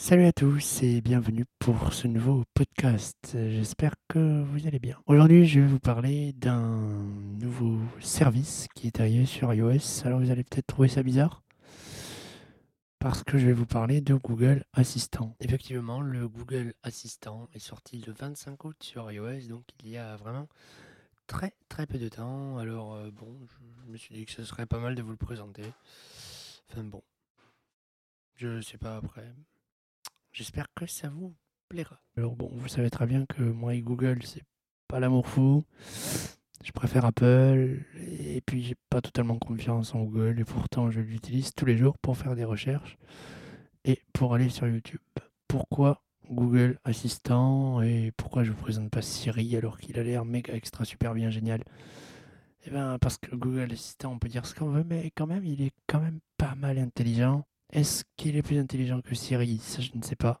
Salut à tous et bienvenue pour ce nouveau podcast. J'espère que vous allez bien. Aujourd'hui, je vais vous parler d'un nouveau service qui est arrivé sur iOS. Alors vous allez peut-être trouver ça bizarre parce que je vais vous parler de Google Assistant. Effectivement, le Google Assistant est sorti le 25 août sur iOS, donc il y a vraiment très peu de temps. Alors bon, je me suis dit que ce serait pas mal de vous le présenter. Enfin bon, je sais pas après. J'espère que ça vous plaira. Alors bon, vous savez très bien que moi et Google, c'est pas l'amour fou. Je préfère Apple et puis j'ai pas totalement confiance en Google et pourtant je l'utilise tous les jours pour faire des recherches et pour aller sur YouTube. Pourquoi Google Assistant et pourquoi je vous présente pas Siri alors qu'il a l'air méga extra super bien génial? Eh bien parce que Google Assistant, on peut dire ce qu'on veut, mais quand même, il est quand même pas mal intelligent. Est-ce qu'il est plus intelligent que Siri? Ça, je ne sais pas.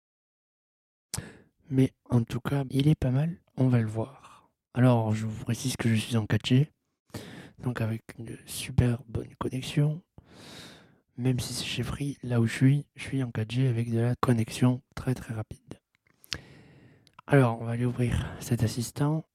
Mais en tout cas, il est pas mal, on va le voir. Alors, je vous précise que je suis en 4G, donc avec une super bonne connexion. Même si c'est chez Free, là où je suis en 4G avec de la connexion très rapide. Alors, on va aller ouvrir cet assistant.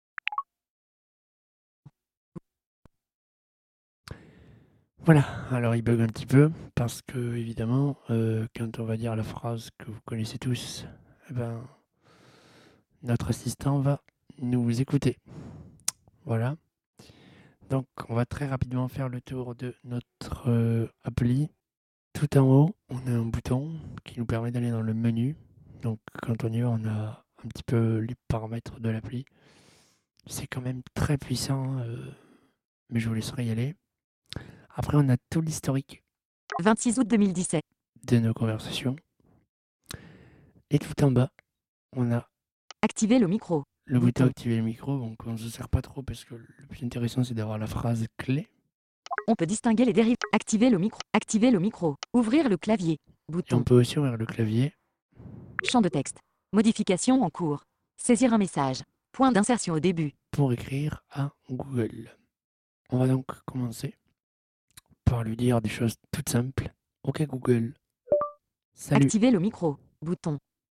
Voilà, alors il bug un petit peu parce que, évidemment, quand on va dire la phrase que vous connaissez tous, eh ben, notre assistant va nous écouter. Voilà. Donc, on va très rapidement faire le tour de notre appli. Tout en haut, on a un bouton qui nous permet d'aller dans le menu. Donc, quand on y va, on a un petit peu les paramètres de l'appli. C'est quand même très puissant, mais je vous laisserai y aller. Après, on a tout l'historique 26 août 2017. de nos conversations. Et tout en bas, on a Activer le micro. le bouton Bouton. activer le micro. Donc, on ne se sert pas trop parce que le plus intéressant, c'est d'avoir la phrase clé. On peut distinguer les dérives. Activer le micro. Activer le micro. Ouvrir le clavier. Et on Bouton. peut aussi ouvrir le clavier. Champ de texte. Modification en cours. Saisir un message. Point d'insertion au début. Pour écrire à Google. On va donc commencer par lui dire des choses toutes simples. Ok Google, salut. Activer le micro. Bouton.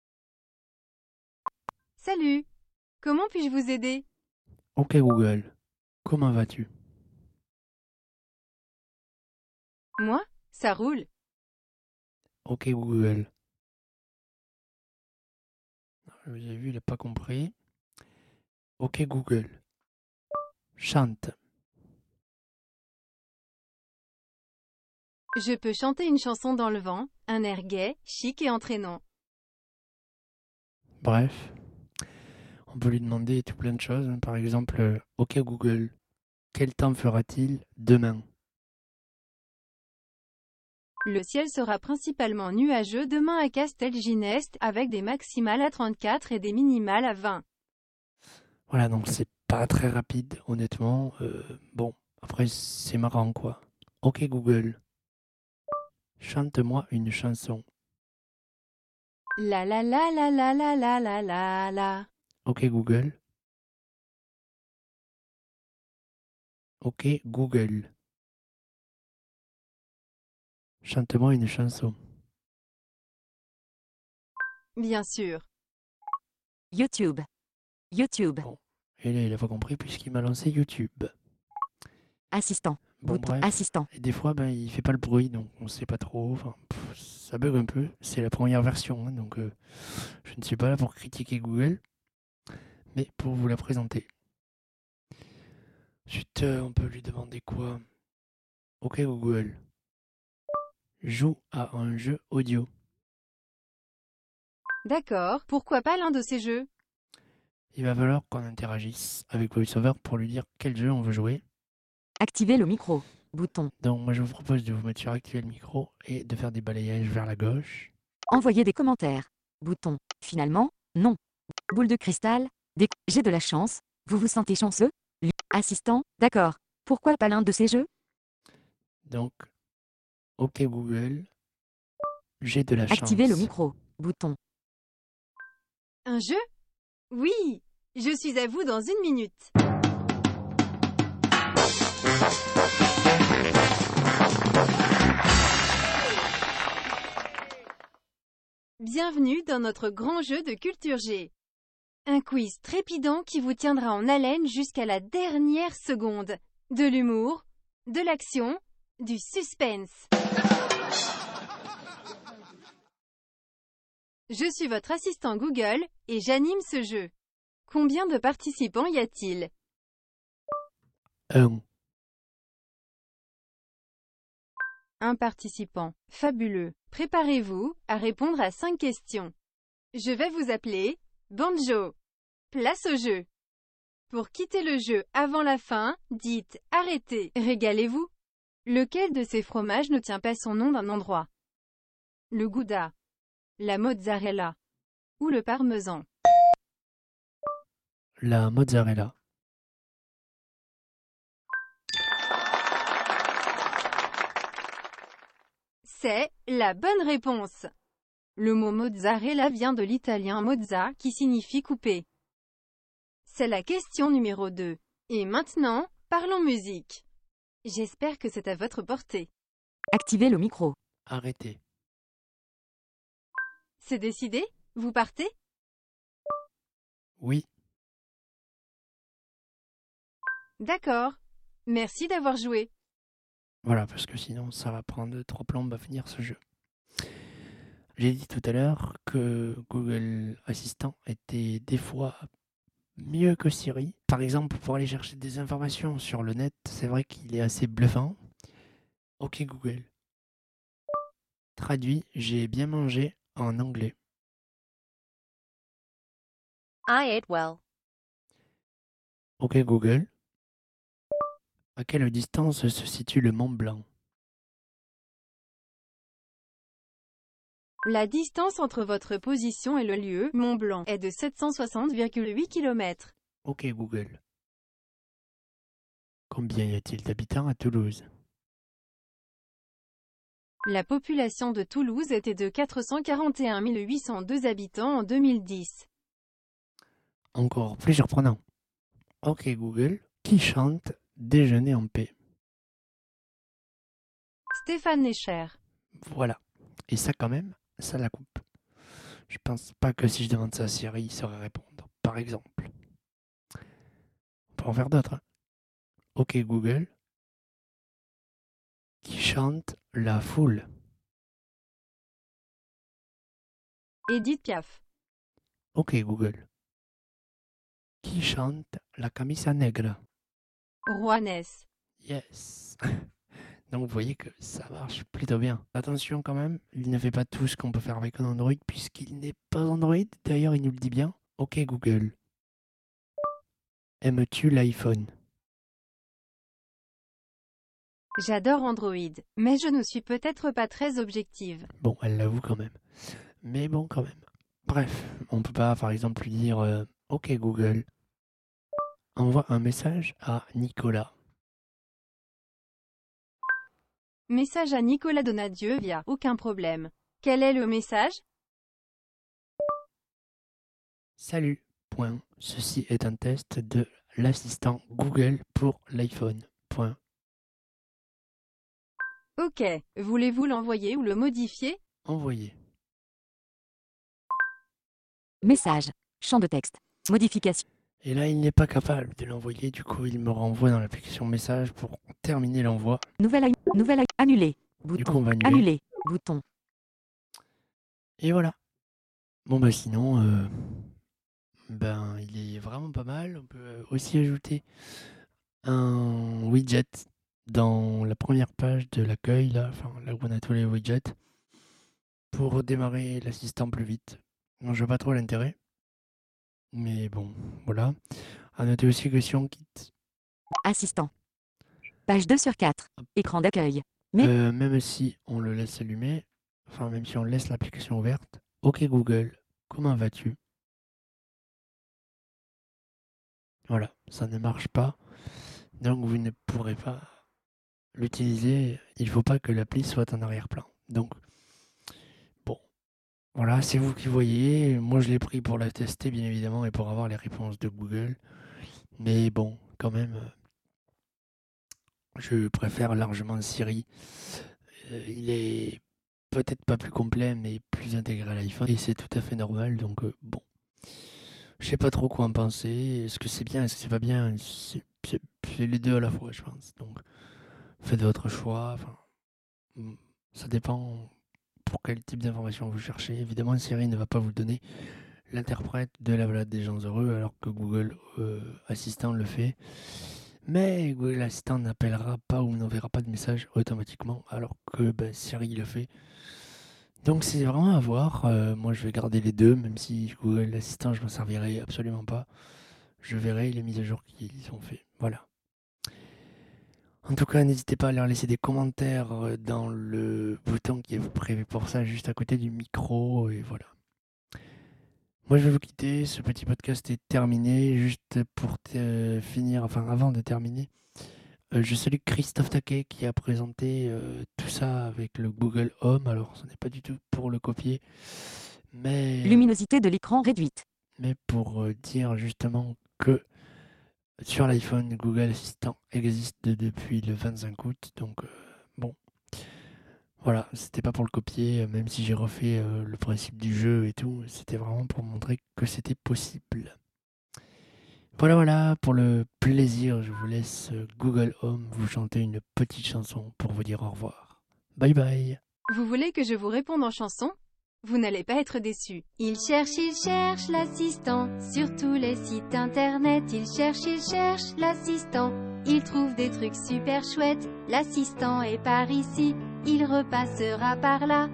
Salut! Comment puis-je vous aider? Ok Google, comment vas-tu? Moi? Ça roule. Ok Google. Vous avez vu, il n'a pas compris. Ok Google, chante. Je peux chanter une chanson dans le vent, un air gai, chic et entraînant. Bref, on peut lui demander tout plein de choses. Par exemple, ok Google, quel temps fera-t-il demain? Le ciel sera principalement nuageux demain à Castelginest, avec des maximales à 34 et des minimales à 20. Voilà, donc c'est pas très rapide, honnêtement. Bon, après c'est marrant quoi. Ok Google, chante-moi une chanson. La la la la la la la la la la. Ok Google. Ok Google. Chante-moi une chanson. Bien sûr. YouTube. YouTube. Bon. Et là, il a pas compris puisqu'il m'a lancé YouTube. Assistant. Bon, Bouton. bref. Assistant. Et des fois, ben, il fait pas le bruit, donc on sait pas trop. Enfin, ça bug un peu. C'est la première version, hein, donc je ne suis pas là pour critiquer Google, mais pour vous la présenter. Ensuite, on peut lui demander quoi? Ok Google, joue à un jeu audio. D'accord, pourquoi pas l'un de ces jeux? Il va falloir qu'on interagisse avec VoiceOver pour lui dire quel jeu on veut jouer. Activer le micro. Bouton. Donc moi je vous propose de vous mettre sur activer le micro et de faire des balayages vers la gauche. Envoyer des commentaires. Bouton. Finalement, non. Boule de cristal. J'ai de la chance. Vous vous sentez chanceux? Assistant. D'accord. Pourquoi pas l'un de ces jeux? Donc, ok Google, j'ai de la Activer le chance. micro. Bouton. Un jeu? Oui! Je suis à vous dans 1 minute. Bienvenue dans notre grand jeu de culture G. Un quiz trépidant qui vous tiendra en haleine jusqu'à la dernière seconde. De l'humour, de l'action, du suspense. Je suis votre assistant Google, et j'anime ce jeu. Combien de participants y a-t-il? 1, Un participant. Fabuleux. Préparez-vous à répondre à 5 questions. Je vais vous appeler Banjo. Place au jeu. Pour quitter le jeu avant la fin, dites « Arrêtez ». Régalez-vous. Lequel de ces fromages ne tient pas son nom d'un endroit? Le Gouda, la mozzarella ou le parmesan? la mozzarella. C'est la bonne réponse. Le mot mozzarella vient de l'italien mozza qui signifie couper. C'est la question numéro 2. Et maintenant, parlons musique. J'espère que c'est à votre portée. Activez le micro. Arrêtez. C'est décidé? Vous partez? Oui, D'accord. Merci d'avoir joué. voilà, parce que sinon ça va prendre 3 plombes à finir ce jeu. J'ai dit tout à l'heure que Google Assistant était des fois mieux que Siri. Par exemple, pour aller chercher des informations sur le net, c'est vrai qu'il est assez bluffant. Ok Google. Traduit, j'ai bien mangé en anglais. I ate well. Ok Google. À quelle distance se situe le Mont Blanc? La distance entre votre position et le lieu, Mont Blanc, est de 760,8 km. Ok Google. Combien y a-t-il d'habitants à Toulouse? La population de Toulouse était de 441 802 habitants en 2010. Encore plus surprenant. Ok Google. Qui chante Déjeuner en paix? Stéphane Necher. Voilà. Et ça quand même, ça la coupe. Je pense pas que si je demande ça à Siri, il saurait répondre. Par exemple. On peut en faire d'autres. Hein. Ok Google. Qui chante La Foule? Edith Piaf. Ok Google. Qui chante La Camisa Negra? Rouennais. Yes. Donc vous voyez que ça marche plutôt bien. Attention quand même, il ne fait pas tout ce qu'on peut faire avec un Android puisqu'il n'est pas Android. D'ailleurs, il nous le dit bien. Ok Google. Aimes-tu l'iPhone? J'adore Android, mais je ne suis peut-être pas très objective. Bon, elle l'avoue quand même. Mais bon, quand même. Bref, on peut pas par exemple lui dire Ok Google, envoie un message à Nicolas. Message à Nicolas Donadieu via aucun problème. Quel est le message? Salut. Point. Ceci est un test de l'assistant Google pour l'iPhone. Point. Ok, voulez-vous l'envoyer ou le modifier? Envoyé. Message. Champ de texte. Modification. Et là, il n'est pas capable de l'envoyer. Du coup, il me renvoie dans l'application message pour terminer l'envoi. Annuler. Du coup, Bouton. on va annuler. Annuler. Bouton. Et voilà. Bon, bah sinon, ben, il est vraiment pas mal. On peut aussi ajouter un widget dans la première page de l'accueil, là, enfin, là où on a tous les widgets, pour démarrer l'assistant plus vite. Non, je vois pas trop l'intérêt. Mais bon, voilà. À noter aussi que si on quitte, Assistant. Page 2 sur 4. Écran d'accueil. Mais- même si on le laisse allumer, enfin même si on laisse l'application ouverte, ok Google, comment vas-tu? Voilà, ça ne marche pas. Donc vous ne pourrez pas l'utiliser. Il ne faut pas que l'appli soit en arrière-plan. Donc, bon, voilà, c'est vous qui voyez. Moi, je l'ai pris pour la tester, bien évidemment, et pour avoir les réponses de Google. Mais bon, quand même, je préfère largement Siri. Il est peut-être pas plus complet, mais plus intégré à l'iPhone. Et c'est tout à fait normal, donc bon. Je sais pas trop quoi en penser. Est-ce que c'est bien, est-ce que c'est pas bien? C'est les deux à la fois, je pense. Donc, faites votre choix. Enfin, ça dépend pour quel type d'information vous cherchez. Évidemment, Siri ne va pas vous donner l'interprète de la balade des gens heureux, alors que Google Assistant le fait. Mais Google Assistant n'appellera pas ou n'enverra pas de message automatiquement, alors que Siri le fait. Donc c'est vraiment à voir. Moi, je vais garder les deux, même si Google Assistant, je m'en servirai absolument pas. Je verrai les mises à jour qu'ils ont fait. Voilà. En tout cas, n'hésitez pas à leur laisser des commentaires dans le bouton qui est prévu pour ça, juste à côté du micro. Et voilà. Moi, je vais vous quitter. Ce petit podcast est terminé. Juste pour finir, enfin avant de terminer, je salue Christophe Taquet qui a présenté tout ça avec le Google Home. Alors, ce n'est pas du tout pour le copier, mais Luminosité de l'écran réduite. pour dire justement que sur l'iPhone, Google Assistant existe depuis le 25 août. Donc, bon, voilà, c'était pas pour le copier, même si j'ai refait le principe du jeu et tout. C'était vraiment pour montrer que c'était possible. Voilà, pour le plaisir, je vous laisse Google Home vous chanter une petite chanson pour vous dire au revoir. Bye bye. Vous voulez que je vous réponde en chanson? Vous n'allez pas être déçu. Il cherche l'assistant sur tous les sites internet. Il cherche l'assistant. Il trouve des trucs super chouettes. L'assistant est par ici, il repassera par là.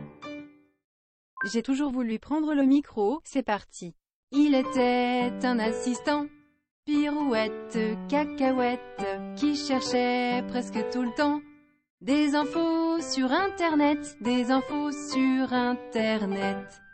J'ai toujours voulu prendre le micro, c'est parti. Il était un assistant, pirouette, cacahuète, qui cherchait presque tout le temps des infos sur internet, des infos sur internet.